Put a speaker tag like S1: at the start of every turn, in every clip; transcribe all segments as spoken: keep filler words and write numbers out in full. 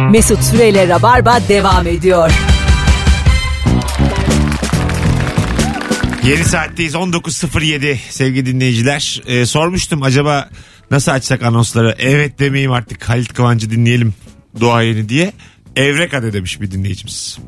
S1: Mesut Süreyle Rabarba devam ediyor.
S2: Yeni saatteyiz, on dokuz sıfır yedi sevgili dinleyiciler. Ee, sormuştum acaba nasıl açsak anonsları? Evet demeyeyim artık, Halit Kıvancı dinleyelim duayeni diye. Evreka demiş bir dinleyicimiz.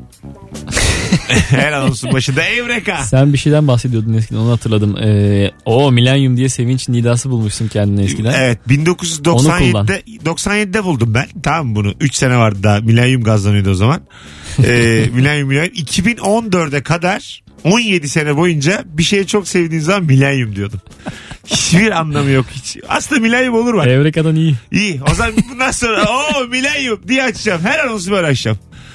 S2: Her anonsun başında Evreka.
S3: Sen bir şeyden bahsediyordun eskiden, onu hatırladım. Ee, o Milenyum diye sevinç nidası bulmuşsun kendine eskiden.
S2: Evet, bin dokuz yüz doksan yedide, doksan yedide buldum ben. Tamam, bunu üç sene vardı daha. Milenyum gazlanıyordu o zaman. Ee, Milenyum Milenyum. iki bin on dörde kadar on yedi sene boyunca bir şeye çok sevdiğin zaman Milenyum diyordum. Hiçbir anlamı yok hiç. Aslında Milenyum olur bak.
S3: Evreka'dan iyi.
S2: İyi. O zaman bundan sonra o Milenyum diye açacağım. Her anonsu böyle açacağım.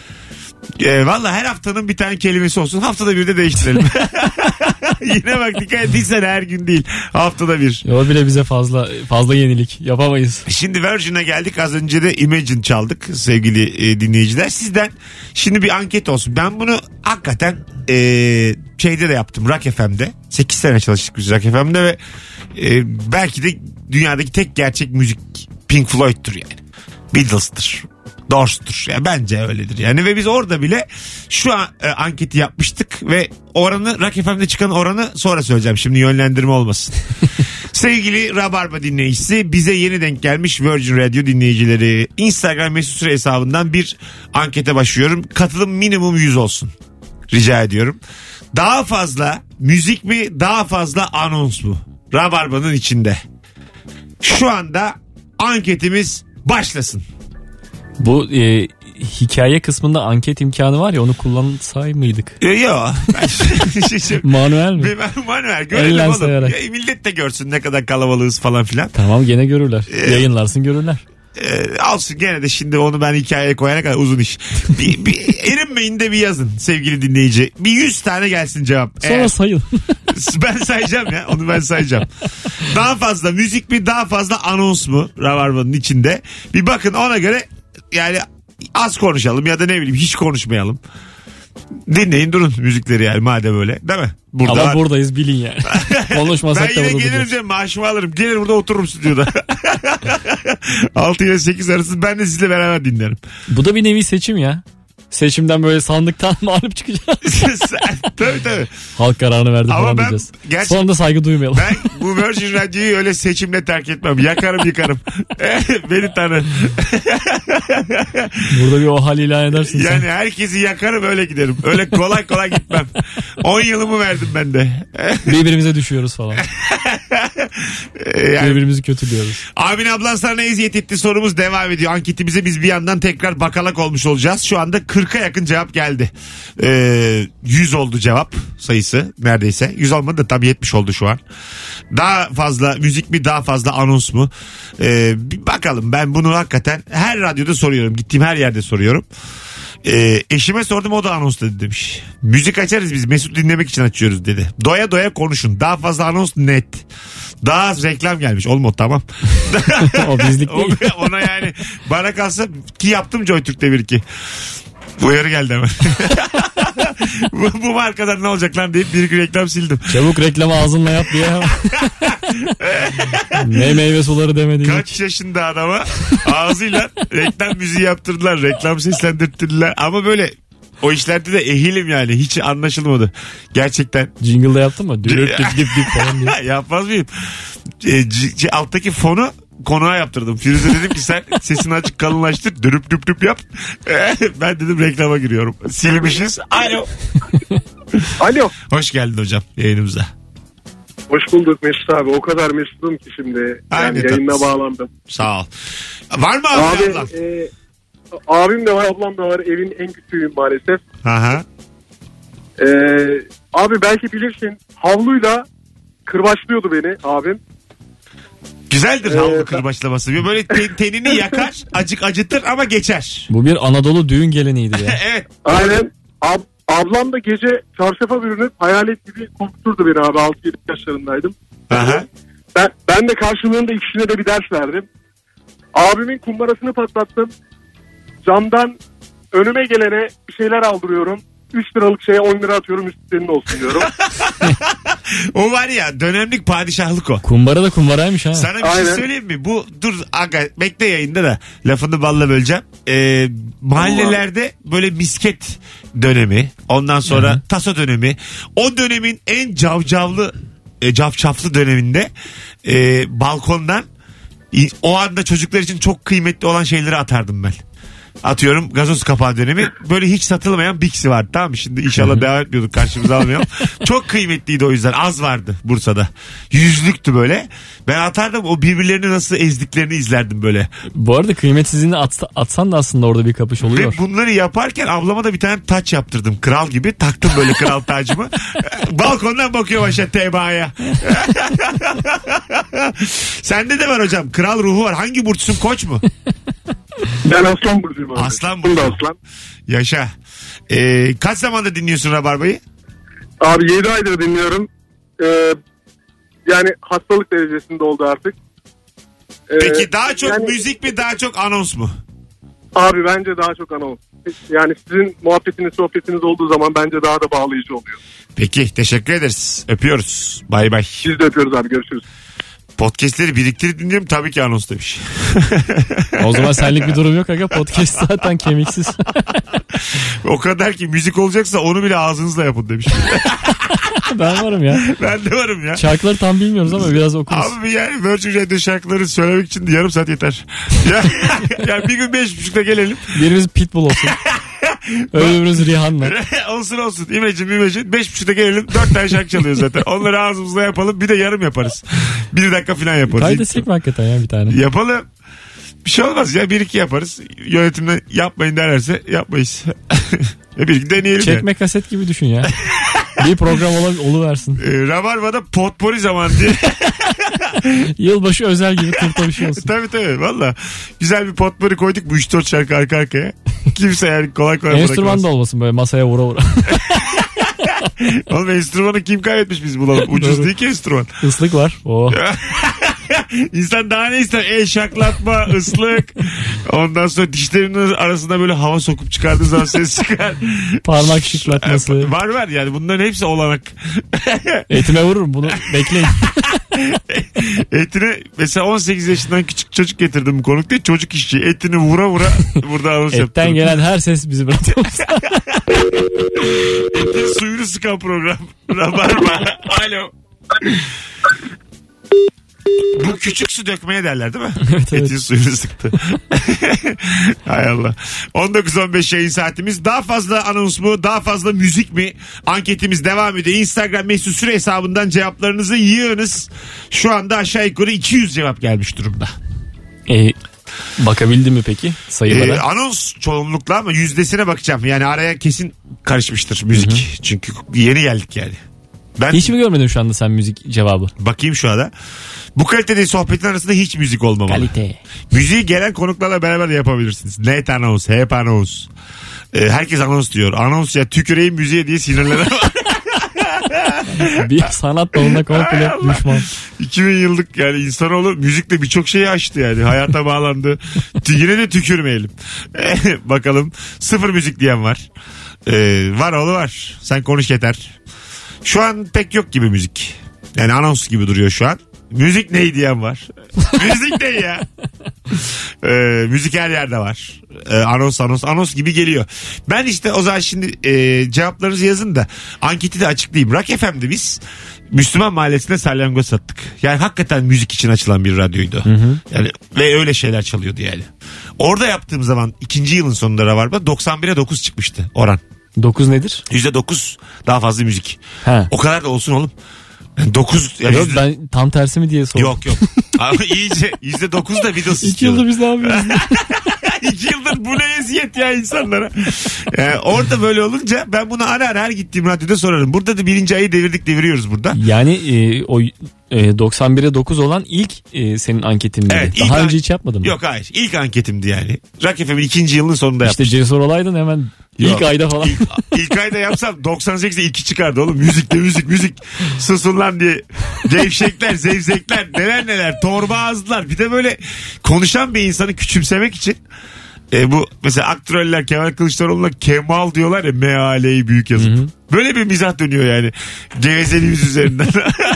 S2: E, Valla her haftanın bir tane kelimesi olsun. Haftada bir de değiştirelim. Yine bak, dikkat ettiysen her gün değil. Haftada bir.
S3: O bile bize fazla fazla yenilik. Yapamayız.
S2: Şimdi Virgin'e geldik. Az önce de Imagine çaldık sevgili e, dinleyiciler. Sizden şimdi bir anket olsun. Ben bunu hakikaten e, şeyde de yaptım. Rock F M'de. sekiz sene çalıştık biz Rock F M'de ve e, belki de dünyadaki tek gerçek müzik Pink Floyd'tur yani. Beatles'tır. Doors'tur. Yani bence öyledir yani. Ve biz orada bile şu an e, anketi yapmıştık ve oranı, Rock F M'de çıkan oranı sonra söyleyeceğim. Şimdi yönlendirme olmasın. Sevgili Rabarba dinleyicisi, bize yeni denk gelmiş Virgin Radio dinleyicileri, Instagram Mesut Süre hesabından bir ankete başlıyorum. Katılım minimum yüz olsun. Rica ediyorum. Daha fazla müzik mi, daha fazla anons mu? Rabarba'nın içinde. Şu anda anketimiz başlasın.
S3: Bu e, hikaye kısmında anket imkanı var ya, onu kullansay mıydık?
S2: E, yok.
S3: Manuel mi?
S2: Manuel. Görelim
S3: Eller
S2: oğlum.
S3: sayarak.
S2: Ya, millet de görsün ne kadar kalabalığız falan filan.
S3: Tamam, gene görürler.
S2: Ee,
S3: Yayınlarsın, görürler.
S2: E, alsın gene de, şimdi onu ben hikayeye koyana kadar uzun iş. bir, bir erinmeyin de bir yazın sevgili dinleyici. Bir yüz tane gelsin cevap.
S3: Sonra
S2: Eğer,
S3: sayın.
S2: ben sayacağım ya, onu ben sayacağım. Daha fazla müzik mi, daha fazla anons mu Rabarba'nın içinde? Bir bakın, ona göre yani az konuşalım ya da ne bileyim hiç konuşmayalım. Dinleyin durun müzikleri yani, madem öyle, değil mi? Burada
S3: ama
S2: var.
S3: buradayız, bilin yani. Konuşmasak
S2: ben
S3: da
S2: yine
S3: burada
S2: gelirim canım, maaşımı alırım. Gelir burada otururum stüdyoda. altı ile sekiz arası ben de sizle beraber dinlerim.
S3: Bu da bir nevi seçim ya. Seçimden böyle sandıktan mağlup çıkacağız.
S2: Tabii tabii.
S3: Halk kararını verdi
S2: ama
S3: falan
S2: ben
S3: diyeceğiz.
S2: gerçek...
S3: Sonra da saygı duymayalım.
S2: Ben bu Virgin Radio'yu öyle seçimle terk etmem. Yakarım yıkarım. Beni tanı.
S3: Burada bir o hal ilan edersin
S2: yani
S3: sen.
S2: herkesi yakarım, öyle giderim. Öyle kolay kolay gitmem. on yılımı verdim ben de.
S3: Birbirimize düşüyoruz falan.
S2: yani,
S3: birbirimizi kötülüyoruz.
S2: Abin ablan sana ne eziyet etti sorumuz devam ediyor. Anketimize biz bir yandan tekrar bakalak olmuş olacağız. Şu anda kırka yakın cevap geldi. Ee, yüz oldu cevap sayısı neredeyse. yüz olmadı da tam yetmiş oldu şu an. Daha fazla müzik mi, daha fazla anons mu? Ee, bir bakalım, ben bunu hakikaten her radyoda soruyorum. Gittiğim her yerde soruyorum. Ee, eşime sordum, o da anons dedi demiş. Müzik açarız biz, Mesut dinlemek için açıyoruz dedi. Doya doya konuşun. Daha fazla anons net. Daha az reklam gelmiş. Olmadı, tamam.
S3: O bizlik değil.
S2: Ona yani bana kalsa ki yaptım JoyTürk'te bir iki. Uyarı geldi hemen. bu, bu markadan ne olacak lan deyip bir iki reklam sildim.
S3: Çabuk reklamı ağzınla yap diye. Ne meyve suları demedi.
S2: Kaç hiç. Yaşında adama ağzıyla reklam müziği yaptırdılar. Reklam seslendirdiler. Ama böyle o işlerde de ehilim yani. Hiç anlaşılmadı. Gerçekten.
S3: Jingle'da yaptın mı? Dürüp dip dip dip falan diye.
S2: Yapmaz mıyım? E, c- c- alttaki fonu konuğa yaptırdım. Firuze dedim ki sen sesini açık kalınlaştır. Dürüp düp düp yap. Ben dedim reklama giriyorum. Silmişiz. Alo.
S4: Alo.
S2: Hoş geldin hocam yayınımıza.
S4: Hoş bulduk Mesut abi. O kadar mesudum ki şimdi. Yani
S2: Aynen,
S4: yayına
S2: tatlısın.
S4: bağlandım.
S2: Sağ ol. Var mı abi,
S4: abi
S2: ablam?
S4: e, abim de var, ablam da var. Evin en küçüğüyüm maalesef.
S2: Aha.
S4: E, abi belki bilirsin, havluyla kırbaçlıyordu beni abim.
S2: Güzeldir
S4: Ee,
S2: havlu kırbaçlaması. Böyle te- tenini yakar, acık acıtır ama geçer.
S3: Bu bir Anadolu düğün geleneğiydi ya.
S2: Evet.
S4: Aynen. Ab- ablam da gece çarşafa bürünüp hayalet gibi korkuturdu beni abi. altı yedi yaşlarındaydım.
S2: Aha.
S4: Ben, ben de karşılığında ikisine de bir ders verdim. Abimin kumbarasını patlattım. Camdan önüme gelene bir şeyler aldırıyorum. üç liralık şeye on lira atıyorum, üstü senin olsun diyorum.
S2: O var ya, dönemlik padişahlık o.
S3: Kumbara da kumbaraymış ha.
S2: Sana bir
S4: Aynen.
S2: şey söyleyeyim mi? Bu dur aga, bekle yayında da lafını balla böleceğim. Ee, mahallelerde böyle misket dönemi, ondan sonra
S3: Hı-hı.
S2: taso dönemi, o dönemin en cavcavlı e, cafcaflı döneminde e, balkondan i- o anda çocuklar için çok kıymetli olan şeyleri atardım ben. Atıyorum gazoz kapağı dönemi, böyle hiç satılmayan Bixi vardı, tamam mı? Şimdi inşallah devam etmiyorduk, karşımıza almayalım. Çok kıymetliydi, o yüzden az vardı Bursa'da. Yüzlüktü böyle. Ben atardım, o birbirlerini nasıl ezdiklerini izlerdim böyle.
S3: Bu arada kıymetsizliğini atsa, atsan da aslında orada bir kapış oluyor.
S2: Ve bunları yaparken ablama da bir tane taç yaptırdım. Kral gibi taktım böyle kral tacımı. Balkondan bakıyorum aşağı tebaaya. Sende de var hocam. Kral ruhu var. Hangi burçsun, Koç mu?
S4: Ben Aslan burcuyum abi.
S2: Aslan
S4: Bunu da
S2: burcu.
S4: Aslan.
S2: Yaşa. Ee, kaç zamandır dinliyorsun Rabarba'yı?
S4: Abi yedi aydır dinliyorum. Ee, yani hastalık derecesinde oldu artık. Ee,
S2: Peki daha çok
S4: yani-
S2: müzik mi, daha çok anons mu?
S4: Abi bence daha çok anons. Yani sizin muhabbetiniz, sohbetiniz olduğu zaman bence daha da bağlayıcı oluyor.
S2: Peki, teşekkür ederiz. Öpüyoruz. Bay bay.
S4: Biz de öpüyoruz abi, görüşürüz.
S2: Podcast'leri biriktirip dinliyorum, tabii ki anons demiş.
S3: O zaman senlik bir durum yok aga, podcast zaten kemiksiz.
S2: O kadar ki müzik olacaksa onu bile ağzınızla yapın demiş.
S3: Ben varım ya.
S2: Ben de varım ya.
S3: Şarkıları tam bilmiyoruz ama biraz okuruz.
S2: Abi yani Virgin Radio şarkıları söylemek için de yarım saat yeter. ya, ya bir gün beş buçukta gelelim.
S3: Birimiz Pitbull olsun. Öbürümüz Rihanna.
S2: olsun olsun. İmecin imecin. Beş buçukta gelelim. Dört tane şarkı çalıyor zaten. Onları ağzımızla yapalım. Bir de yarım yaparız. Bir dakika falan yaparız.
S3: Kaydetsek mi hakikaten ya bir tane?
S2: Yapalım. Bir şey olmaz ya. Bir iki yaparız. Yönetimden yapmayın derlerse yapmayız. ya bir iki deneyelim.
S3: Çekme
S2: yani.
S3: kaset gibi düşün ya. Bir program ol, oluversin.
S2: Ee, Rabarba'da potpori zamanı diye.
S3: Yılbaşı özel gibi tırta bir şey olsun.
S2: tabii tabii valla. Güzel bir potpori koyduk bu üç dört şarkı arka arkaya. Kimse yani kolay kolay
S3: Enstrüman
S2: bırakmaz.
S3: da olmasın böyle masaya vura vura.
S2: Oğlum enstrümanı kim kaybetmiş biz bulalım. Ucuz
S3: Doğru.
S2: değil ki enstrüman.
S3: Islık var. Oh.
S2: İnsan daha ne ister? El şaklatma, ıslık. Ondan sonra dişlerinin arasında böyle hava sokup çıkardığı zaman ses çıkar.
S3: Parmak şıklatması.
S2: Var var yani bunların hepsi olanak.
S3: Etime vururum bunu. Bekleyin.
S2: Etini mesela on sekiz yaşından küçük çocuk getirdim bu konuk değil. Çocuk işçi etini vura vura burada anons yaptım.
S3: Etten gelen her ses bizi bırakıyor.
S2: Etin suyunu sıkan program. Rabarba. Alo. Bu küçük su dökmeye derler değil mi?
S3: Evet, evet.
S2: Etin suyunu sıktı. Hay Allah. on dokuz on beş yayın saatimiz. Daha fazla anons mu? Daha fazla müzik mi? Anketimiz devam ediyor. Instagram Mesut Süre hesabından cevaplarınızı yığınız. Şu anda aşağı yukarı iki yüz cevap gelmiş durumda.
S3: E, bakabildin mi peki sayılara?
S2: Ee, anons çoğunlukla ama yüzdesine bakacağım. Yani araya kesin karışmıştır müzik. Hı hı. Çünkü yeni geldik yani. Ben
S3: Hiç mi görmedin şu anda sen müzik cevabı?
S2: bakayım şu anda. Bu kalitede sohbetin arasında hiç müzik olmamalı.
S3: Kalite.
S2: Müziği gelen konuklarla beraber de yapabilirsiniz. Net anons, hep anons. Ee, herkes anons diyor. Anons ya tüküreyim müziğe diye sinirlenen var.
S3: Bir sanat dalına komple düşman.
S2: iki bin yıllık yani insanoğlu müzikle birçok şeyi aştı yani. Hayata bağlandı. Yine de tükürmeyelim. Bakalım. Sıfır müzik diyen var. Ee, var oğlu var. Sen konuş yeter. Şu an pek yok gibi müzik. Yani anons gibi duruyor şu an. Müzik ne diyen var. Müzik ne ya? Ee, müzik her yerde var. Ee, anons anons anons gibi geliyor. Ben işte o zaman şimdi e, cevaplarınızı yazın da anketi de açıklayayım. Rock F M'de biz Müslüman Mahallesi'nde salyangoz sattık. Yani hakikaten müzik için açılan bir radyoydu. Hı hı. Yani ve öyle şeyler çalıyordu yani. Orada yaptığım zaman ikinci yılın sonunda Rabarba doksan bire dokuz çıkmıştı oran.
S3: dokuz nedir?
S2: yüzde dokuz daha fazla müzik.
S3: Ha.
S2: O kadar da olsun oğlum. dokuz yani
S3: Yok
S2: yüzde...
S3: ben tam tersi mi diye sordum.
S2: Yok yok. Ama iyice yüzde dokuz da Beatles
S3: İki
S2: istiyordu.
S3: yıldır biz ne yapıyoruz?
S2: İki yıldır bu ne eziyet ya insanlara. Yani orada böyle olunca ben bunu ara ara her gittiğim radyoda sorarım. Burada da birinci ayı devirdik deviriyoruz burada.
S3: Yani e, o e, doksan bire dokuz olan ilk e, senin anketin miydi?
S2: Evet, ilk
S3: Daha
S2: an-
S3: önce hiç yapmadın mı?
S2: Yok hayır. İlk anketimdi yani. Rock F M'in ikinci yılının sonunda yaptım.
S3: İşte cesur olaydın hemen
S2: Yok.
S3: ilk ayda falan.
S2: İlk, ilk ayda yapsam doksan sekizde iki çıkardı oğlum. Müzikte müzik müzik. Susun lan diye. Gevşekler, zevzekler, neler neler. Torba ağızlar. Bir de böyle konuşan bir insanı küçümsemek için E, bu mesela aktroller Kemal Kılıçdaroğlu'na Kemal diyorlar ya, mealeyi büyük yazıp. Hı hı. Böyle bir mizah dönüyor yani. Gevezeli yüz üzerinden.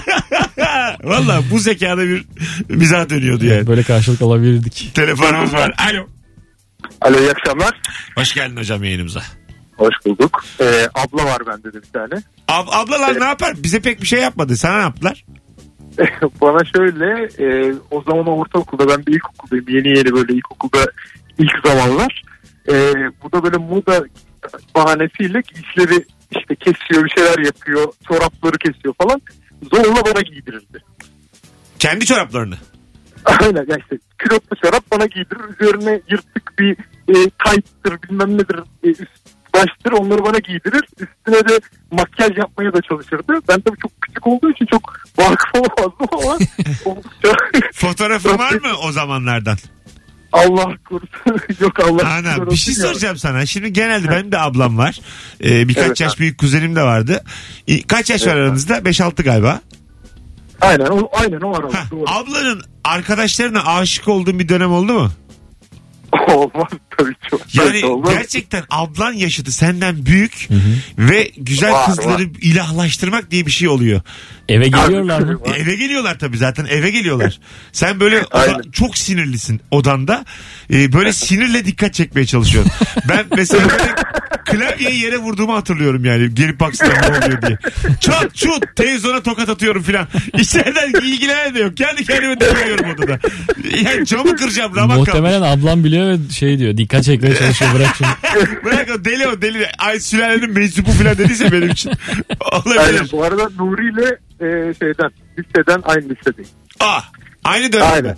S2: Valla bu zekada bir mizah dönüyordu yani.
S3: Böyle karşılık alabilirdik.
S2: Telefonumuz var. Alo.
S4: Alo, iyi akşamlar.
S2: Hoş geldin hocam yayınımıza.
S4: Hoş bulduk. Ee, abla var bende de bir tane.
S2: Ab- ablalar evet. Ne yapar? Bize pek bir şey yapmadı. Sana ne yaptılar?
S4: Bana şöyle e, o zaman ortaokulda, ben bir ilkokuldayım. Yeni yeni böyle ilkokulda ilk zamanlar. E, bu da böyle moda bahanesiyle işleri işte kesiyor, bir şeyler yapıyor. Çorapları kesiyor falan. Zorla bana giydirirdi.
S2: Kendi çoraplarını?
S4: Aynen ya, işte külotlu çorap bana giydirir. Üzerine yırtık bir e, tayttır bilmem nedir e, üst baştır, onları bana giydirir. Üstüne de makyaj yapmaya da çalışırdı. Ben tabii çok küçük olduğu için çok vakıf olamazdım ama oldukça...
S2: Fotoğrafın var mı o zamanlardan?
S4: Allah korusun. Yok Allah korusun.
S2: Ana bir şey soracağım sana. Şimdi genelde benim de ablam var. Ee, birkaç evet, yaş abi. Büyük kuzenim de vardı. Kaç yaş evet, var aranızda? beş altı galiba.
S4: Aynen o, aynen o var.
S2: Ha, ablanın arkadaşlarına aşık olduğun bir dönem oldu mu?
S4: Olmaz tabii çok.
S2: Yani
S4: olmaz.
S2: Gerçekten ablan yaşıtı senden büyük, hı hı, ve güzel var, kızları var. ilahlaştırmak diye bir şey oluyor.
S3: Eve geliyorlar mı?
S2: Eve geliyorlar tabii, zaten eve geliyorlar. Sen böyle oda, çok sinirlisin odanda. Ee, böyle sinirle dikkat çekmeye çalışıyorsun. Ben mesela böyle klavyeyi yere vurduğumu hatırlıyorum yani. Gelip baksana ne oluyor diye. Çat çut televizyona tokat atıyorum filan. İçeriden ilgilenen de yok. Kendi kendime dövüyorum odada. Yani camı kıracağım. Ramak
S3: muhtemelen kalmış. Ablam biliyor ve şey diyor. Dikkat çekmeye çalışıyor. Bırak şunu.
S2: Bırak o deli o deli. Ay sülalenin meczubu filan dediyse benim için. Olabilir.
S4: Aynen, bu arada Nuri ile e, şeyden liseden aynı lisedeyim.
S2: Ah, aynı dönem.
S4: Aynen.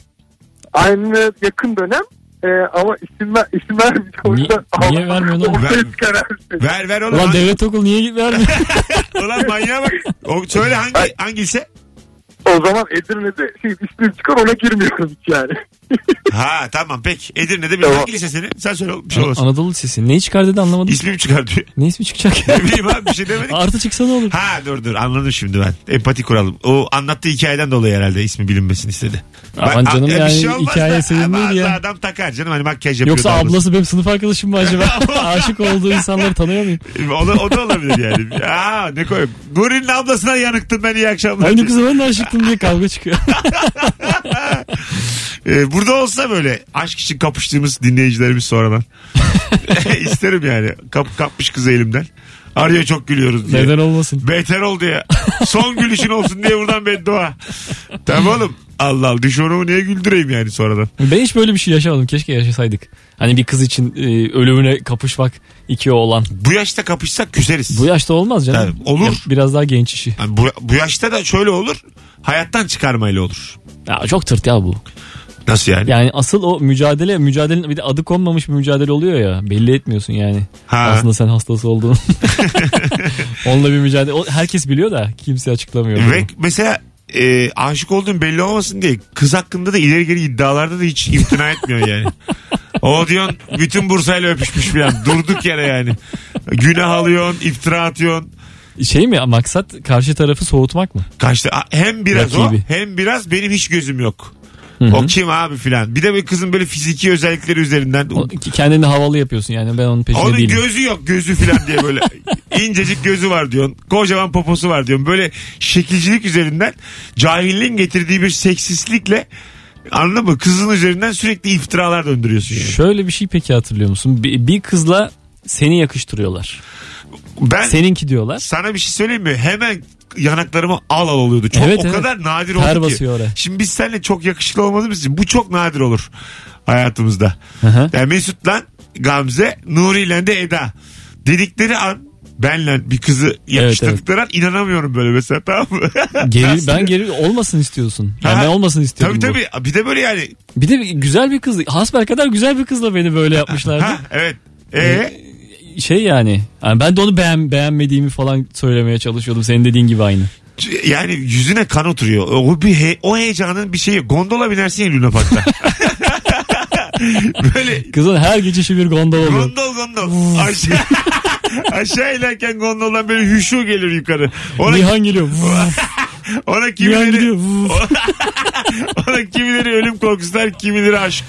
S4: Aynı yakın dönem. Ee, ama isim ver, isim vermeyeceğim.
S3: Niye, niye vermiyorsun oğlum?
S2: Ver, ver ver oğlum.
S3: Ulan devlet okul niye vermiyor?
S2: Ulan manyağa bak. O, söyle hangi, hangi lise?
S4: O zaman Edirne'de şey, ismim çıkar, ona girmiyorum hiç yani.
S2: Ha tamam peki. Edirne'de bir
S4: tamam.
S2: Hangi lise senin? Sen söyle bir şey olsun.
S3: Anadolu Lisesi. Neyi çıkar dedi anlamadım.
S2: İsmim çıkar diyor.
S3: Ne ismi çıkacak?
S2: Ne bileyim abi, bir şey demedik.
S3: Artı çıksa ne olur?
S2: Ha dur dur anladım şimdi ben. Empati kuralım. O anlattığı hikayeden dolayı herhalde ismi bilinmesini istedi.
S3: Aman
S2: ben,
S3: canım
S2: a,
S3: yani
S2: şey
S3: hikaye sevinmeydi ya.
S2: Adam takar canım, hani makyaj yapıyor.
S3: Yoksa ablası benim sınıf arkadaşım mı acaba? Aşık olduğu insanları tanıyor muyum?
S2: O da, o da olabilir yani. Aa, ne koyayım. Nuri'nin ablasına yanıktım ben, iyi akşamlar.
S3: Aynı kızı ben de aşıktım diye kavga çıkıyor.
S2: Ee, burada olsa böyle aşk için kapıştığımız dinleyicilerimiz sonradan. İsterim yani. Kap, kapmış kızı elimden. Arıyor çok gülüyoruz diye.
S3: Neden olmasın?
S2: Beter oldu ya. Son gülüşün olsun diye buradan beddua. Tamam oğlum. Allah Allah. Düşmanımı niye güldüreyim yani sonradan.
S3: Ben hiç böyle bir şey yaşamadım. Keşke yaşasaydık. Hani bir kız için e, ölümüne kapışmak, iki oğlan.
S2: Bu yaşta kapışsak küseriz.
S3: Bu yaşta olmaz canım.
S2: Yani olur. Ya,
S3: biraz daha genç işi.
S2: Yani bu, bu yaşta da şöyle olur. Hayattan çıkarmayla olur.
S3: Ya çok tırt ya bu.
S2: Nasıl yani?
S3: Yani asıl o mücadele, mücadelenin bir de adı konmamış bir mücadele oluyor ya. Belli etmiyorsun yani. Ha. Aslında sen hastası olduğunu. Onunla bir mücadele. O, herkes biliyor da kimse açıklamıyor.
S2: Ve bunu. Mesela e, aşık olduğun belli olmasın diye kız hakkında da ileri geri iddialarda da hiç imtina etmiyor yani. O diyorsun bütün Bursa'yla öpüşmüş falan. Durduk yere yani. Günah alıyorsun, iftira atıyorsun.
S3: Şey mi, maksat karşı tarafı soğutmak mı?
S2: Karşı hem biraz Rakibi. O hem biraz benim hiç gözüm yok. Hı-hı. O kim abi filan. Bir de bir kızın böyle fiziki özellikleri üzerinden.
S3: O, kendini havalı yapıyorsun yani, ben onun peşinde
S2: onun
S3: değilim.
S2: Onun gözü yok, gözü filan diye böyle incecik gözü var diyorsun. Kocaman poposu var diyorsun. Böyle şekilcilik üzerinden cahilliğin getirdiği bir seksistlikle, anladın mı? Kızın üzerinden sürekli iftiralar döndürüyorsun yani.
S3: Şöyle bir şey peki hatırlıyor musun? Bir, bir kızla seni yakıştırıyorlar.
S2: Ben
S3: seninki diyorlar.
S2: Sana bir şey söyleyeyim mi? Hemen yanaklarımı al al oluyordu. Çok
S3: evet,
S2: o
S3: evet.
S2: kadar nadir
S3: ter
S2: oldu ki.
S3: Oraya.
S2: Şimdi biz seninle çok yakışıklı olmadığımız için bu çok nadir olur hayatımızda.
S3: Hı-hı.
S2: Yani Mesut'la Gamze, Nuri'yle de Eda dedikleri an, benle bir kızı yakıştırdıkları evet, evet. an inanamıyorum böyle mesela, tamam mı?
S3: Geri, ben geri olmasın istiyorsun. Yani ha, ben olmasın istiyorum.
S2: Tabii bu. tabii. Bir de böyle yani.
S3: Bir de güzel bir kız. Hasbel kadar güzel bir kızla beni böyle yapmışlardı.
S2: Ha, evet. Eee?
S3: Şey yani, yani ben de onu beğen, beğenmediğimi falan söylemeye çalışıyordum. Senin dediğin gibi aynı.
S2: Yani yüzüne kan oturuyor. O bir he, o heyecanın bir şeyi. Gondola binersin ya Luna Park'ta. Böyle
S3: kızın her geçişi bir gondol oluyor.
S2: Gondol gondol. Aşağı, aşağı inerken gondoldan böyle hüşu gelir yukarı. Ona...
S3: Nihan geliyor.
S2: Ona
S3: Nihan gidiyor.
S2: kimileri ona kimileri ölüm korkusu der, kimileri aşk.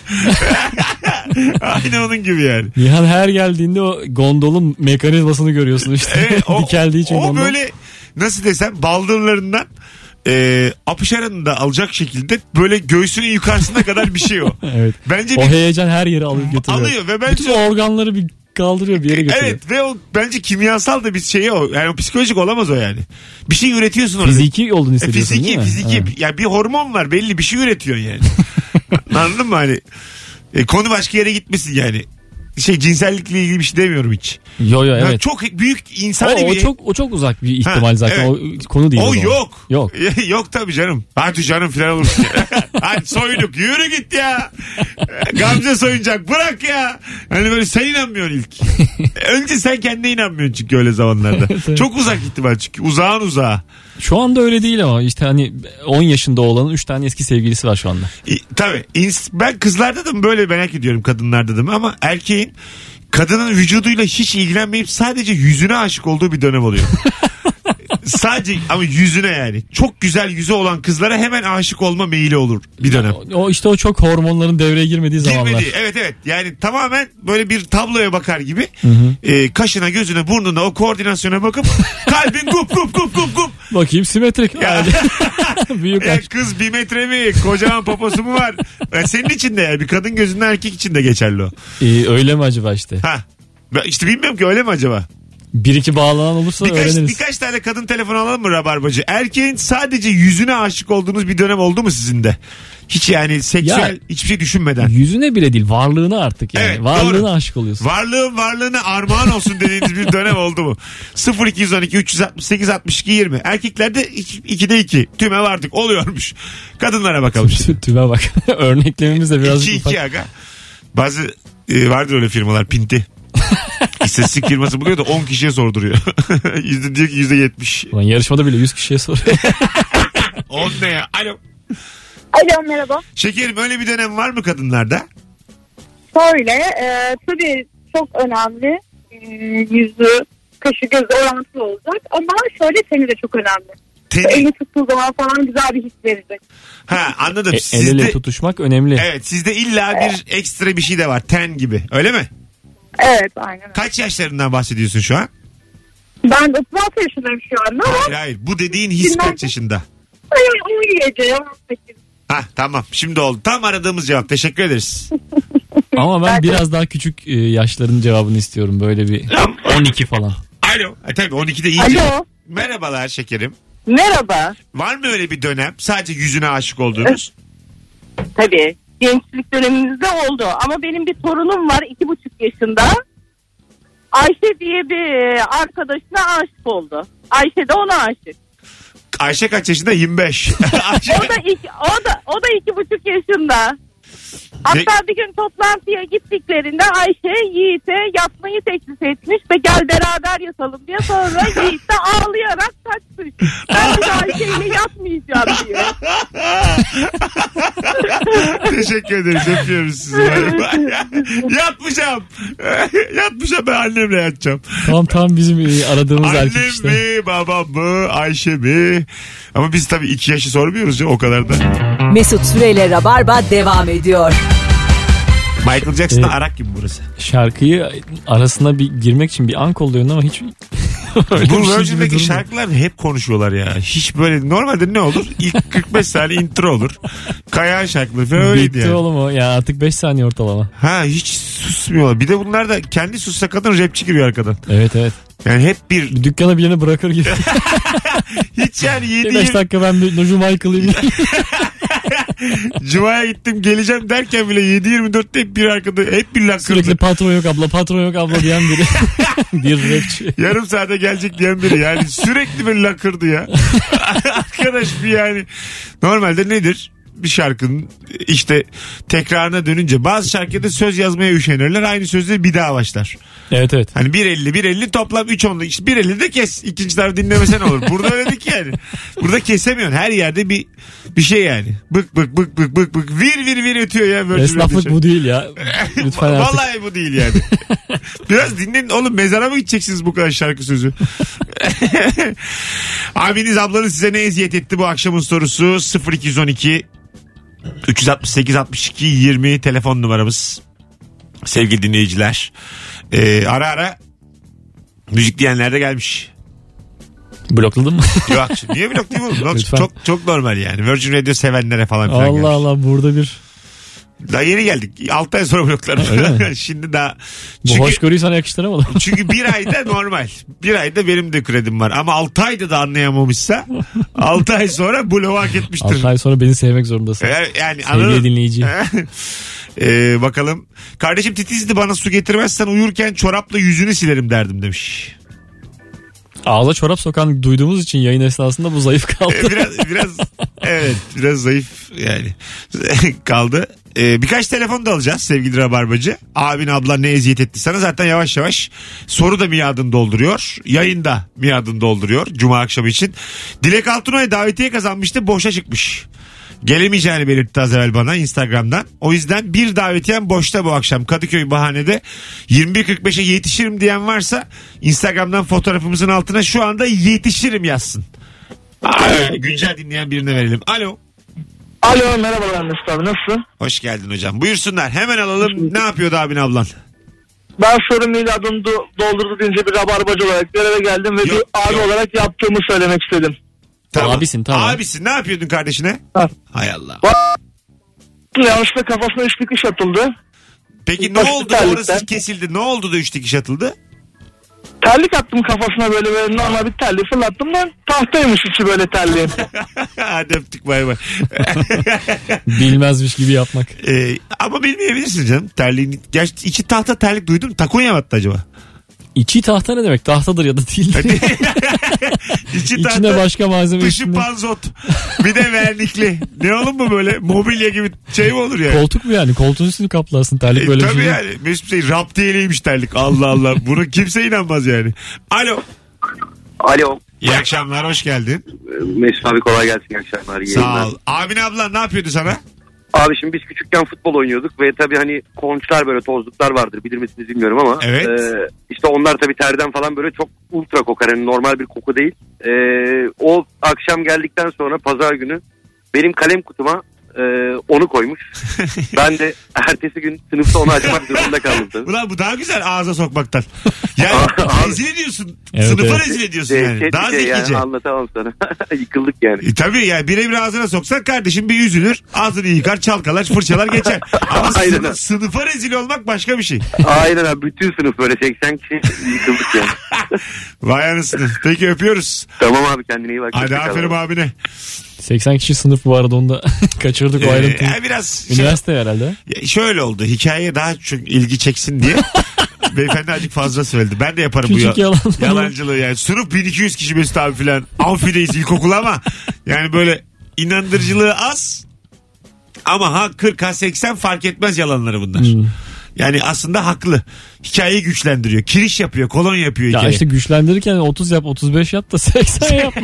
S2: Aynı onun gibi yani.
S3: Nihan her geldiğinde o gondolun mekanizmasını görüyorsun işte.
S2: Evet, o,
S3: Dikeldiği için
S2: o
S3: gondol.
S2: böyle nasıl desem baldırlarından e, apışarını da alacak şekilde böyle göğsünün yukarısına kadar bir şey o.
S3: Evet.
S2: Bence
S3: O
S2: bir,
S3: heyecan her yere alıp götürüyor.
S2: alıyor ve bence
S3: bütün organları bir kaldırıyor, bir yere götürüyor.
S2: evet ve o bence kimyasal da bir şey o. Yani o psikolojik olamaz o yani. Bir şey üretiyorsun orada.
S3: Fiziki olduğunu
S2: E,
S3: hissediyorsun
S2: fiziki
S3: değil mi?
S2: fiziki.
S3: Evet.
S2: Ya bir hormon var, belli bir şey üretiyorsun yani. Anladın mı hani? E, konu başka yere gitmesin yani. Şey, cinsellikle ilgili bir şey demiyorum hiç.
S3: Yo yo
S2: Ya
S3: evet.
S2: çok büyük
S3: O,
S2: insani
S3: o
S2: bir...
S3: çok o çok uzak bir ihtimal
S2: Ha,
S3: zaten.
S2: evet.
S3: O konu değil.
S2: O
S3: o zaman.
S2: yok.
S3: Yok.
S2: Yok tabii canım. Hadi canım filan olursun. Hadi soyduk, yürü git ya. Gamze soyuncak, bırak ya. Hani böyle sen inanmıyorsun ilk. Önce sen kendine inanmıyorsun çünkü öyle zamanlarda.
S3: Evet.
S2: Çok uzak ihtimal çünkü. Uzağın uzağa.
S3: Şu anda öyle değil ama işte hani on yaşında olanın üç tane eski sevgilisi var şu anda.
S2: İ, tabii. İns- ben kızlarda da mı böyle merak ediyorum, kadınlarda da mı, ama erkeğin kadının vücuduyla hiç ilgilenmeyip sadece yüzüne aşık olduğu bir dönem oluyor. Sadece ama yüzüne yani. Çok güzel yüzü olan kızlara hemen aşık olma meyili olur bir dönem.
S3: O, o işte o çok hormonların devreye girmediği zamanlar.
S2: Girmedi. Evet evet. Yani tamamen böyle bir tabloya bakar gibi.
S3: Hı hı.
S2: E, kaşına, gözüne, burnuna o koordinasyona bakıp kalbin gup gup gup gup gup.
S3: Bakayım simetrik.
S2: Ya.
S3: Yani. Büyük
S2: E,
S3: aşk.
S2: kız bir metre mi? Kocaman poposu mu var? E, senin için de yani. Bir kadın gözünden erkek için de geçerli o.
S3: Ee, öyle mi acaba işte?
S2: Ha. Ben işte bilmiyorum ki, öyle mi acaba?
S3: Bir iki bağlanan olursa
S2: Birkaç,
S3: öğreniriz.
S2: birkaç tane kadın telefonu alalım mı Rabarbacı? Erkeğin sadece yüzüne aşık olduğunuz bir dönem oldu mu sizin de? Hiç yani seksüel
S3: Ya,
S2: hiçbir şey düşünmeden.
S3: Yüzüne bile değil, varlığına artık yani.
S2: Evet,
S3: varlığına
S2: doğru.
S3: aşık oluyorsun.
S2: Varlığın varlığına armağan olsun dediğiniz bir dönem oldu mu? sıfır iki on iki üç altı sekiz altmış iki yirmi. Erkeklerde ikide iki. Tüme vardık, oluyormuş. Kadınlara bakalım şimdi.
S3: Tüme bak. Örneklememiz de biraz
S2: iki
S3: ufak.
S2: iki aga. Bazı e, vardır öyle firmalar, pinti. İstatistik firması buluyor da on kişiye sorduruyor. Yüzde diyor ki yüzde yetmiş.
S3: Ulan yarışmada bile yüz kişiye soruyor.
S2: On ne ya? Alo.
S5: Alo, merhaba.
S2: Şekerim, öyle bir dönem var mı kadınlarda?
S5: Şöyle e, tabii çok önemli. E, yüzü, kaşı, gözü orantılı olacak. Ama şöyle teni de çok önemli.
S2: Teni.
S5: Elini tuttuğu zaman falan güzel bir his verecek.
S2: Ha, anladım.
S3: E, el
S2: Sizde,
S3: ele tutuşmak önemli.
S2: evet, sizde illa bir ekstra bir şey de var. Ten gibi. Öyle mi?
S5: Evet, aynen öyle.
S2: Kaç yaşlarından bahsediyorsun şu an?
S5: Ben otuz altı yaşındayım şu anda ama
S2: Hayır hayır. Bu dediğin his
S5: Bilmem.
S2: kaç yaşında?
S5: on yedi, on sekiz.
S2: Ha tamam, şimdi oldu. Tam aradığımız cevap. Teşekkür ederiz.
S3: Ama ben
S5: Ben-
S3: biraz daha küçük e, yaşların cevabını istiyorum. Böyle bir on iki falan.
S2: Alo. E, tabii on ikide iyi.
S5: Alo.
S2: Merhabalar şekerim.
S6: Merhaba.
S2: Var mı öyle bir dönem sadece yüzüne aşık olduğunuz?
S6: Tabii gençlik dönemimizde oldu ama benim bir torunum var iki buçuk yaşında. Ayşe diye bir arkadaşına aşık oldu. Ayşe de ona aşık.
S2: Ayşe kaç yaşında? yirmi beş. Ayşe...
S6: O da iki, o da o da iki buçuk yaşında. Hatta bir gün toplantıya gittiklerinde Ayşe Yiğit'e yatmayı teklif etmiş ve gel beraber yatalım diye, sonra Yiğit de ağlayarak kaçmış. Ben de Ayşe'yle yatmayacağım diye.
S2: Teşekkür ederiz. Öpüyoruz sizi. Yatmayacağım. Yatmayacağım, ben annemle yatacağım.
S3: Tam tam bizim e, aradığımız erkek
S2: Annem
S3: işte.
S2: mi, babam mı, Ayşe mi? Ama biz tabii iki yaşı sormuyoruz ya, o kadar da.
S1: Mesut Süreyle Rabarba devam ediyor.
S2: Michael Jackson'da
S3: Evet.
S2: arak gibi burası.
S3: Şarkıyı arasına bir girmek için bir an kolluyorsun ama hiç öyle
S2: Bu
S3: bir şey gibi
S2: Virgin'deki
S3: durmuyor.
S2: şarkılar hep konuşuyorlar ya. Hiç böyle normalde ne olur? İlk kırk beş saniye intro olur. Kayan şarkıları falan öyleydi
S3: Bitti
S2: yani.
S3: oğlum o. Ya artık beş saniye ortalama.
S2: Ha, hiç susmuyorlar. Bir de bunlar da kendi sussa kadın rapçi giriyor arkadan.
S3: Evet evet.
S2: Yani hep bir
S3: Bir dükkana birini bırakır gibi.
S2: hiç yani yedi
S3: beş dakika ben bir Nuju Michael'ıyım.
S2: Cuma'ya gittim geleceğim derken bile yedi yirmi dörtte hep bir arkada, hep bir lakırdı.
S3: Sürekli patron yok abla, patron yok abla diyen biri. Bir rapçi.
S2: Yarım saate gelecek diyen biri, yani sürekli bir lakırdı ya. Arkadaş bir yani normalde nedir? bir şarkının işte tekrarına dönünce bazı şarkıda söz yazmaya üşenirler. Aynı sözleri bir daha başlar.
S3: Evet evet.
S2: Hani bir elli bir elli toplam üç onlu. İşte bir elli de kes. İkinci tarafı dinlemesen olur. Burada öyle değil ki yani. Burada kesemiyorsun. Her yerde bir bir şey yani. Bık bık bık bık bık bık. Vir vir vir ötüyor ya.
S3: Esnaflık bu değil ya. Lütfen artık.
S2: Vallahi bu değil yani. Biraz dinleyin oğlum, mezara mı gideceksiniz bu kadar şarkı sözü? Abiniz ablanız size ne eziyet etti bu akşamın sorusu? sıfır iki on iki üç altı sekiz altmış iki yirmi telefon numaramız. Sevgili dinleyiciler. Ee, ara ara müzik diyenler de gelmiş.
S3: Blokladın mı?
S2: Yok, niye bloklayayım oğlum? Çok, çok, çok normal yani. Virgin Radio sevenlere falan filan
S3: Allah
S2: gelmiş.
S3: Allah, burada bir...
S2: Daha yeni geldik. altı ay sonra bloklarım. Şimdi daha...
S3: Çünkü, bu hoşgörüyü sana yakıştıramadım.
S2: Çünkü bir ayda normal. Bir ayda benim de kredim var. Ama altı ayda da anlayamamışsa altı ay sonra bloğu hak etmiştir.
S3: altı ay sonra beni sevmek zorundasın.
S2: Yani,
S3: sevgili dinleyici.
S2: ee, bakalım. Kardeşim titizdi, bana su getirmezsen uyurken çorapla yüzünü silerim derdim demiş.
S3: Ağza çorap sokan duyduğumuz için yayın esnasında bu zayıf kaldı.
S2: biraz biraz evet biraz zayıf yani kaldı. Ee, birkaç telefon da alacağız sevgili Rabarbacı. Abin ablan ne eziyet etti sana, zaten yavaş yavaş soru da miadını dolduruyor. Yayında miadını dolduruyor Cuma akşamı için. Dilek Altunoy davetiye kazanmıştı, boşa çıkmış. Gelemeyeceğini belirtti az evvel bana Instagram'dan. O yüzden bir davetiyem boşta bu akşam. Kadıköy Bahane'de yirmi bir kırk beşe yetişirim diyen varsa Instagram'dan fotoğrafımızın altına şu anda yetişirim yazsın. Aa, güncel dinleyen birine verelim. Alo.
S7: Alo, merhabalar Mesut abi, nasılsın?
S2: Hoş geldin hocam. Buyursunlar. Hemen alalım. Ne yapıyordu abin ablan?
S7: Ben soru miladını do- doldurdu deyince bir rabarbacı olarak göreve geldim ve
S2: Yok,
S7: bir abi
S2: yok.
S7: olarak yaptığımı söylemek istedim.
S2: Tamam.
S3: Abisin tamam.
S2: Abisin, ne yapıyordun kardeşine?
S7: Ha.
S2: Hay Allah.
S7: Yanlışlıkla kafasına üç dikiş atıldı.
S2: Peki ne
S7: Basit
S2: oldu da
S7: terlikten.
S2: orası kesildi? Ne oldu da üç dikiş atıldı?
S7: Terlik attım kafasına, böyle böyle normal bir terliği fırlattım da tahtaymış içi böyle terliğin.
S2: Hadi öptük, bay bay.
S3: Bilmezmiş gibi yapmak.
S2: Ee, ama bilmeyebilirsin canım. Terliğin, gerçi içi tahta terlik duydun mu? Takonya mı attı acaba?
S3: İçi tahta ne demek? Tahtadır ya da değildir.
S2: İçi
S3: İçine
S2: tahta,
S3: başka malzeme
S2: dışı
S3: üstünde.
S2: panzot. Bir de vernikli. Ne oğlum bu böyle? Mobilya gibi şey mi olur yani?
S3: Koltuk mu yani? Koltuğun üstünü kaplarsın. Terlik
S2: E,
S3: böyle bir
S2: tabii
S3: şey.
S2: yani. Mesut Bey raptiyeliymiş terlik. Allah Allah. Bunu kimse inanmaz yani. Alo.
S8: Alo.
S2: İyi akşamlar, hoş geldin.
S8: Mesut abi kolay gelsin, iyi akşamlar. İyi
S2: Sağ
S8: yayınlar.
S2: ol. Abin ablan ne yapıyordu sana?
S8: Abi şimdi biz küçükken futbol oynuyorduk ve tabii hani konçlar, böyle tozluklar vardır, bilir misiniz bilmiyorum ama.
S2: Evet.
S8: E, işte onlar tabii terden falan böyle çok ultra kokar, hani normal bir koku değil. E, o akşam geldikten sonra pazar günü benim kalem kutuma e, onu koymuş. Ben de ertesi gün sınıfta onu açmak zorunda kaldım tabii.
S2: Ulan bu daha güzel ağza sokmaktan. Yani
S8: Abi.
S2: rezil ediyorsun.
S3: Evet,
S2: Sınıfa
S3: evet.
S2: rezil ediyorsun
S8: Şey,
S2: yani.
S8: şey,
S2: Daha
S8: şey
S2: zekice.
S8: yani, anlatamam sana. Yıkıldık yani.
S2: E, tabii yani birebir ağzına soksan kardeşim bir üzülür. Ağzını yıkar, çalkalar, fırçalar geçer. Ama
S8: Aynen
S2: sınıf,
S8: öyle.
S2: sınıfa rezil olmak başka bir şey.
S8: Aynen abi, bütün sınıf böyle seksen kişi yıkıldık yani.
S2: Vay anasını. Peki öpüyoruz.
S8: Tamam abi, kendine iyi bak.
S2: Hadi aferin abine.
S3: seksen kişi sınıf bu arada, onu da kaçırdık o
S2: Ee,
S3: ayrıntıyı.
S2: yani biraz şey-
S3: Üniversite herhalde.
S2: Ya şöyle oldu. Hikayeye daha çok ilgi çeksin diye. Beyefendi azıcık fazla söyledi. Ben de yaparım
S3: Küçük
S2: bu ya-
S3: yalan.
S2: yalancılığı yani. Sınıf bin iki yüz kişi Mesut abi filan. Amfideyiz ilkokul ama yani böyle inandırıcılığı az. Ama ha kırk ha seksen fark etmez yalanları bunlar.
S3: Hmm.
S2: Yani aslında haklı. Hikayeyi güçlendiriyor. Kiriş yapıyor. Kolon yapıyor
S3: Ya
S2: hikaye.
S3: işte güçlendirirken otuz yap, otuz beş yap da seksen yapma.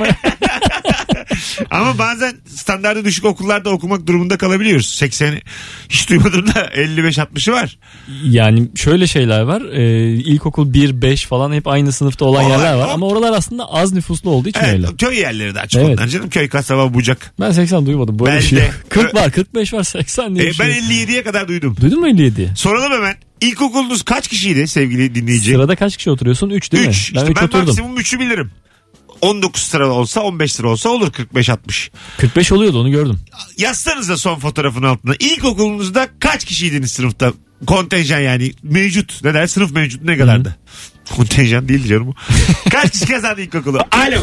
S2: Ama bazen standartı düşük okullarda okumak durumunda kalabiliyoruz. sekseni hiç duymadım da elli beş altmışı var.
S3: Yani şöyle şeyler var. Ee, ilkokul bir beş falan hep aynı sınıfta olan
S2: O-
S3: yerler var.
S2: o-
S3: Ama oralar aslında az nüfuslu olduğu için öyle.
S2: Evet, köy yerleri daha çok
S3: Evet.
S2: onlar canım. Köy, kasaba, bucak.
S3: Ben seksen duymadım. Böyle
S2: Ben
S3: bir şey
S2: de.
S3: yok. kırk var, kırk beş var, seksen diye
S2: Ee,
S3: bir
S2: ben
S3: şey.
S2: elli yediye kadar duydum.
S3: Duydun mu elli yedi?
S2: Soralım hemen. İlkokulunuz kaç kişiydi sevgili dinleyici?
S3: Sırada kaç kişi oturuyorsun? üç değil mi?
S2: üç.
S3: Ben
S2: İşte
S3: üç
S2: ben
S3: oturdum.
S2: maksimum üçü bilirim. on dokuz sıra olsa on beş sıra olsa olur kırk beş altmış.
S3: kırk beş oluyordu, onu gördüm.
S2: Yazsanız da son fotoğrafın altına. İlkokulunuzda kaç kişiydiniz sınıfta? Kontenjan yani mevcut. Ne der? Sınıf mevcut ne kadardı? Kontenjan değil canım. Kaç kişi kazandı ilkokulu? Alo.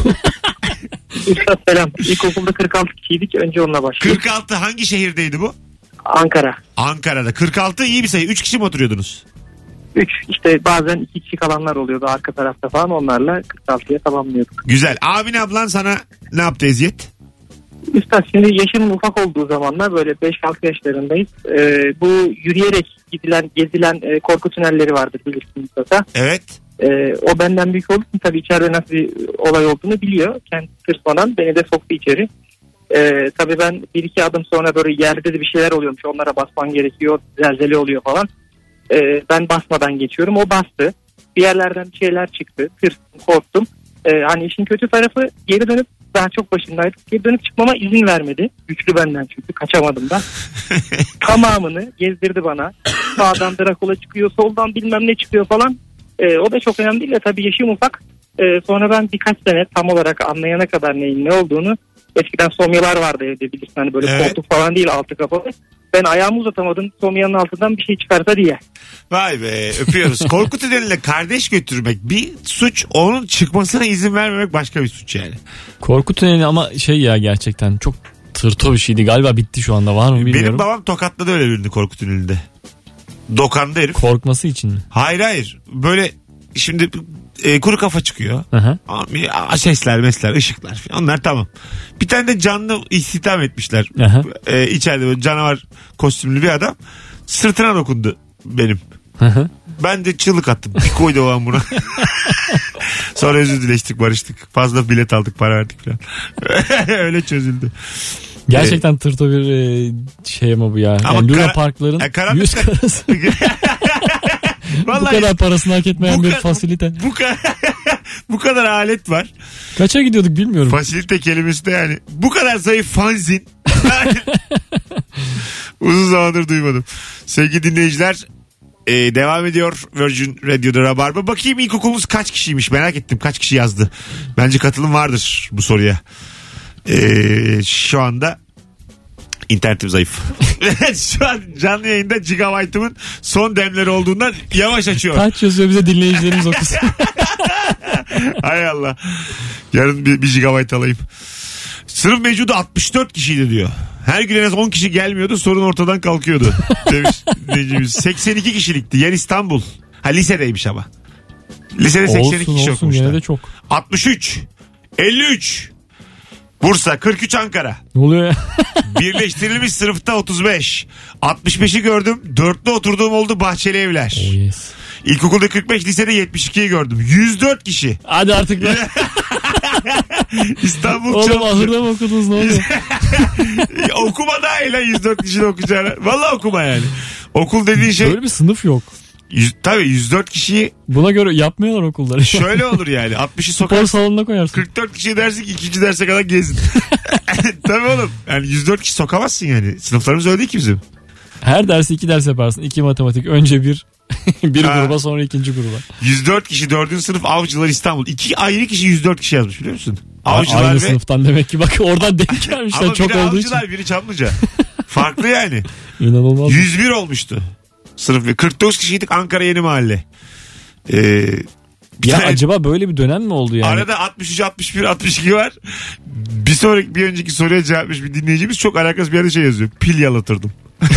S7: Selam. İlkokulda kırk altı kişiydik. Önce onunla başladık.
S2: kırk altı hangi şehirdeydi bu?
S7: Ankara.
S2: Ankara'da. kırk altı iyi bir sayı. üç kişi mi oturuyordunuz?
S7: üç. İşte bazen iki kişi kalanlar oluyordu arka tarafta falan. Onlarla kırk altıya tamamlıyorduk.
S2: Güzel. Abin ablan sana ne yaptı eziyet?
S7: Üstad şimdi yaşımın ufak olduğu zamanlar böyle beş altı yaşlarındayız. Ee, bu yürüyerek gidilen gezilen e, korku tünelleri vardır bilirsin mutlaka.
S2: Evet.
S7: Ee, o benden büyük olduğu için tabii içeride nasıl bir olay olduğunu biliyor. Kendi tırsmadan beni de soktu içeri. Ee, tabii ben bir iki adım sonra böyle yerde de bir şeyler oluyormuş. Onlara basman gerekiyor. Zelzele oluyor falan. Ee, ben basmadan geçiyorum. O bastı. Bir yerlerden bir şeyler çıktı. Tırstım, korktum. Ee, hani işin kötü tarafı geri dönüp daha çok başındaydık. Geri dönüp çıkmama izin vermedi. Güçlü benden çünkü. Kaçamadım da. Tamamını gezdirdi bana. Sağdan Drakula çıkıyor. Soldan bilmem ne çıkıyor falan. Ee, o da çok önemli değil de tabii yaşım ufak. Ee, sonra ben birkaç sene tam olarak anlayana kadar neyin ne olduğunu, eskiden somyalar vardı evde bilirsin hani böyle
S2: evet.
S7: koltuk falan değil altı kapalı. Ben ayağımı uzatamadım somyanın altından bir şey çıkarsa diye.
S2: Vay be, öpüyoruz. Korku tüneliyle kardeş götürmek bir suç, onun çıkmasına izin vermemek başka bir suç yani.
S3: Korku tüneli ama şey ya, gerçekten çok tırto bir şeydi. Galiba bitti şu anda, var mı bilmiyorum.
S2: Benim babam tokatladı öyle birini korku tünelinde. Dokandı herif.
S3: Korkması için mi?
S2: Hayır hayır. Böyle şimdi e, kuru kafa çıkıyor.
S3: Hı
S2: hı. Sesler, mesler, ışıklar falan. Onlar tamam. Bir tane de canlı istihdam etmişler. E, içeride böyle canavar kostümlü bir adam. Sırtına dokundu benim.
S3: Hı hı.
S2: Ben de çığlık attım. Bir koydu o an buna. Sonra özür dileştik, barıştık. Fazla bilet aldık, para verdik falan. Öyle çözüldü.
S3: Gerçekten ee, tırto bir e, şey ama bu ya.
S2: Ama
S3: yani Luna
S2: kara,
S3: Parkların
S2: e,
S3: yüz karası. Bu kadar parasını hak etmeyen bir fasilite.
S2: Bu, kadar, bu kadar alet var.
S3: Kaça gidiyorduk bilmiyorum.
S2: Fasilite kelimesi de yani. Bu kadar zayıf fanzin. Uzun zamandır duymadım. Sevgili dinleyiciler, e, devam ediyor Virgin Radio'da Rabarba. Bakayım ilkokulumuz kaç kişiymiş, merak ettim. Kaç kişi yazdı? Bence katılım vardır bu soruya. E, şu anda İnternetim zayıf. Şu an canlı yayında gigabyte'ımın son demleri olduğundan yavaş açıyor.
S3: Kaç yazıyor bize dinleyicilerimiz okusun.
S2: Hay Allah. Yarın bir, bir gigabyte alayım. Sınıf mevcudu altmış dört kişiydi diyor. Her gün en az on kişi gelmiyordu, sorun ortadan kalkıyordu. Demiş. seksen iki kişilikti. Yer İstanbul. Ha, lisedeymiş ama. Lisede seksen iki
S3: olsun,
S2: kişi
S3: olsun,
S2: okumuşlar.
S3: Gene de çok.
S2: altmış üç. elli üç. Bursa, kırk üç Ankara.
S3: Ne oluyor ya?
S2: Birleştirilmiş sınıfta otuz beş. altmış beşi gördüm. Dörtlü oturduğum oldu, bahçeli evler.
S3: Oh yes.
S2: İlkokulda kırk beş, lisede yetmiş ikiyi gördüm. yüz dört kişi.
S3: Hadi artık be.
S2: İstanbul
S3: Oğlum
S2: çok.
S3: ahırda mı okudunuz, ne oluyor?
S2: Okuma dahil lan yüz dört kişinin okuyacağına. Valla okuma yani. Okul dediğin şey.
S3: Böyle bir sınıf yok.
S2: Yüz, tabii yüz dört kişiyi.
S3: Buna göre yapmıyorlar okulları.
S2: Şöyle olur yani. altmışı sokarsın.
S3: Spor salonuna koyarsın.
S2: kırk dört kişi dersin ki ikinci derse kadar gezin. Tabii oğlum. Yani yüz dört kişi sokamazsın yani. Sınıflarımız öyle değil ki bizim.
S3: Her dersi iki ders yaparsın. İki matematik. Önce bir bir ha. gruba, sonra ikinci gruba.
S2: yüz dört kişi dördüncü sınıf Avcılar İstanbul. İki ayrı kişi yüz dört kişi yazmış biliyor musun? Avcılar
S3: aynı
S2: ve...
S3: sınıftan demek ki, bak oradan denk gelmişler.
S2: Ama
S3: çok
S2: biri
S3: olduğu
S2: Avcılar,
S3: için.
S2: biri Çamlıca. Farklı yani.
S3: İnanılmaz.
S2: yüz bir olmuştu. Sınıf kırk dokuz kişiydik, Ankara Yeni Mahalle. Ee,
S3: ya tane... acaba böyle bir dönem mi oldu yani?
S2: Arada altmış üç, altmış bir, altmış iki var. Bir sonraki, bir önceki soruya cevap vermiş bir dinleyicimiz çok alakasız bir yerde şey yazıyor. Pil yalatırdım.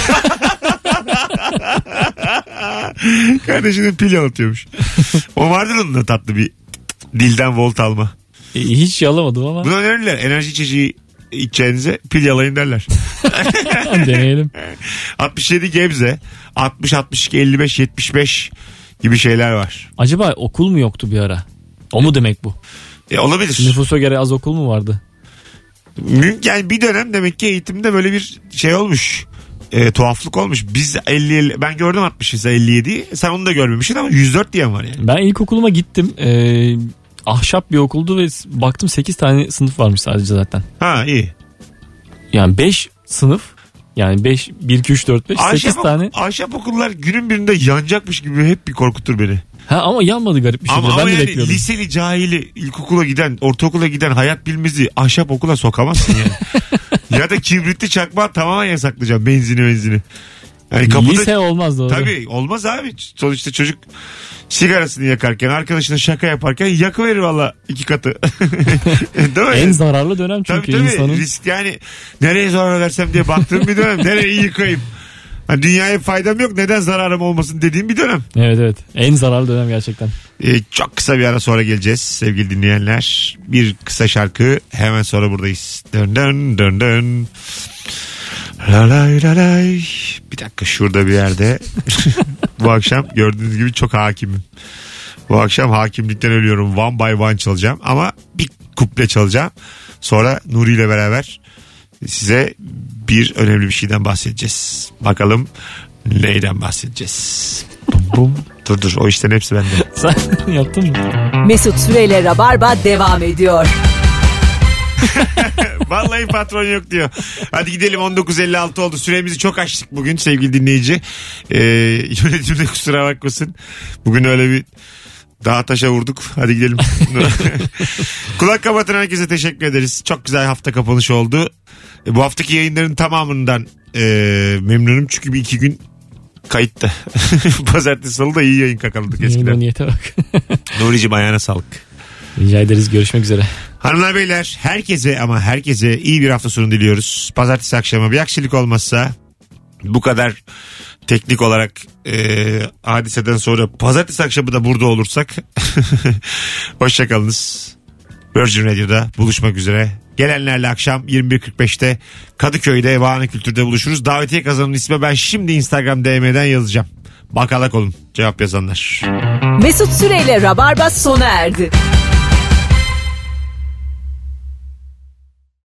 S2: Kardeşinin pil yalatıyormuş. O vardır onun da tatlı bir dilden volt alma.
S3: E, hiç yalamadım ama.
S2: Bunu önerirler. Enerji içeceği içeceğinize pil yalayın derler.
S3: Deneyelim.
S2: altmış yedi Gebze, altmış, altmış iki, elli beş, yetmiş beş gibi şeyler var.
S3: Acaba okul mu yoktu bir ara? O mu demek bu?
S2: E, olabilir.
S3: Nüfusa göre az okul mu vardı?
S2: Yani bir dönem demek ki eğitimde böyle bir şey olmuş. E, tuhaflık olmuş. Biz elli, ben gördüm altmış elli yedi. Sen onu da görmemişsin ama yüz dört diyen var yani.
S3: Ben ilkokuluma gittim. Ee, ahşap bir okuldu ve baktım sekiz tane sınıf varmış sadece zaten.
S2: Ha iyi.
S3: Yani beş sınıf. Yani beş, bir, iki, üç, dört, beş, sekiz tane.
S2: Ahşap okullar günün birinde yanacakmış gibi hep bir korkutur beni.
S3: Ha ama yanmadı garip bir şekilde.
S2: Ama,
S3: ben
S2: ama
S3: de
S2: yani
S3: bekliyordum.
S2: liseli, cahili, ilkokula giden, ortaokula giden hayat bilmezi ahşap okula sokamazsın yani. Ya da kibritli çakma tamamen yasaklayacağım, benzini benzini. Yani kapıda,
S3: lise olmaz doğru.
S2: Tabii olmaz abi. Sonuçta çocuk sigarasını yakarken, arkadaşına şaka yaparken yakıverir valla iki katı. Değil mi?
S3: En zararlı dönem çünkü
S2: tabii, tabii.
S3: insanın.
S2: Risk yani, nereye zarar versem diye baktığım bir dönem. Nereyi yıkayım? Hani dünyaya faydam yok, neden zararım olmasın dediğim bir dönem.
S3: Evet evet. En zararlı dönem gerçekten.
S2: Ee, çok kısa bir ara sonra geleceğiz sevgili dinleyenler. Bir kısa şarkı, hemen sonra buradayız. Dön dön dön dön. La lay la lay. Bir dakika, şurada bir yerde. Bu akşam gördüğünüz gibi çok hakimim. Bu akşam hakimlikten ölüyorum. One by one çalacağım ama bir kuple çalacağım. Sonra Nuri ile beraber size bir önemli bir şeyden bahsedeceğiz. Bakalım neyden bahsedeceğiz? Bum bum. Dur dur, o işlerin hepsi bende.
S3: Sen yaptın mı?
S1: Mesut Süreyle Rabarba devam ediyor.
S2: Vallahi patron yok diyor. Hadi gidelim, on dokuz elli altı oldu. Süremizi çok açtık bugün sevgili dinleyici. Ee, yönetimde kusura bakmasın. Bugün öyle bir dağa taşa vurduk. Hadi gidelim. Kulak kapatın, herkese teşekkür ederiz. Çok güzel hafta kapanışı oldu. E, bu haftaki yayınların tamamından e, memnunum. Çünkü bir iki gün kayıtta. Pazartesi salı da iyi yayın kakaladık eskiden.
S3: Niyete bak.
S2: Nuri'cim ayağına sağlık.
S3: Rica ederiz, görüşmek üzere.
S2: Hanımlar beyler, herkese ama herkese iyi bir hafta sonu diliyoruz. Pazartesi akşamı bir aksilik olmazsa, bu kadar teknik olarak e, hadiseden sonra pazartesi akşamı da burada olursak hoşçakalınız. Virgin Radio'da buluşmak üzere. Gelenlerle akşam yirmi bir kırk beşte Kadıköy'de Vahane Kültür'de buluşuruz. Davetiye kazanan isme ben şimdi Instagram D M'den yazacağım. Bakalak olun cevap yazanlar.
S1: Mesut Süreyle Rabarba sona erdi.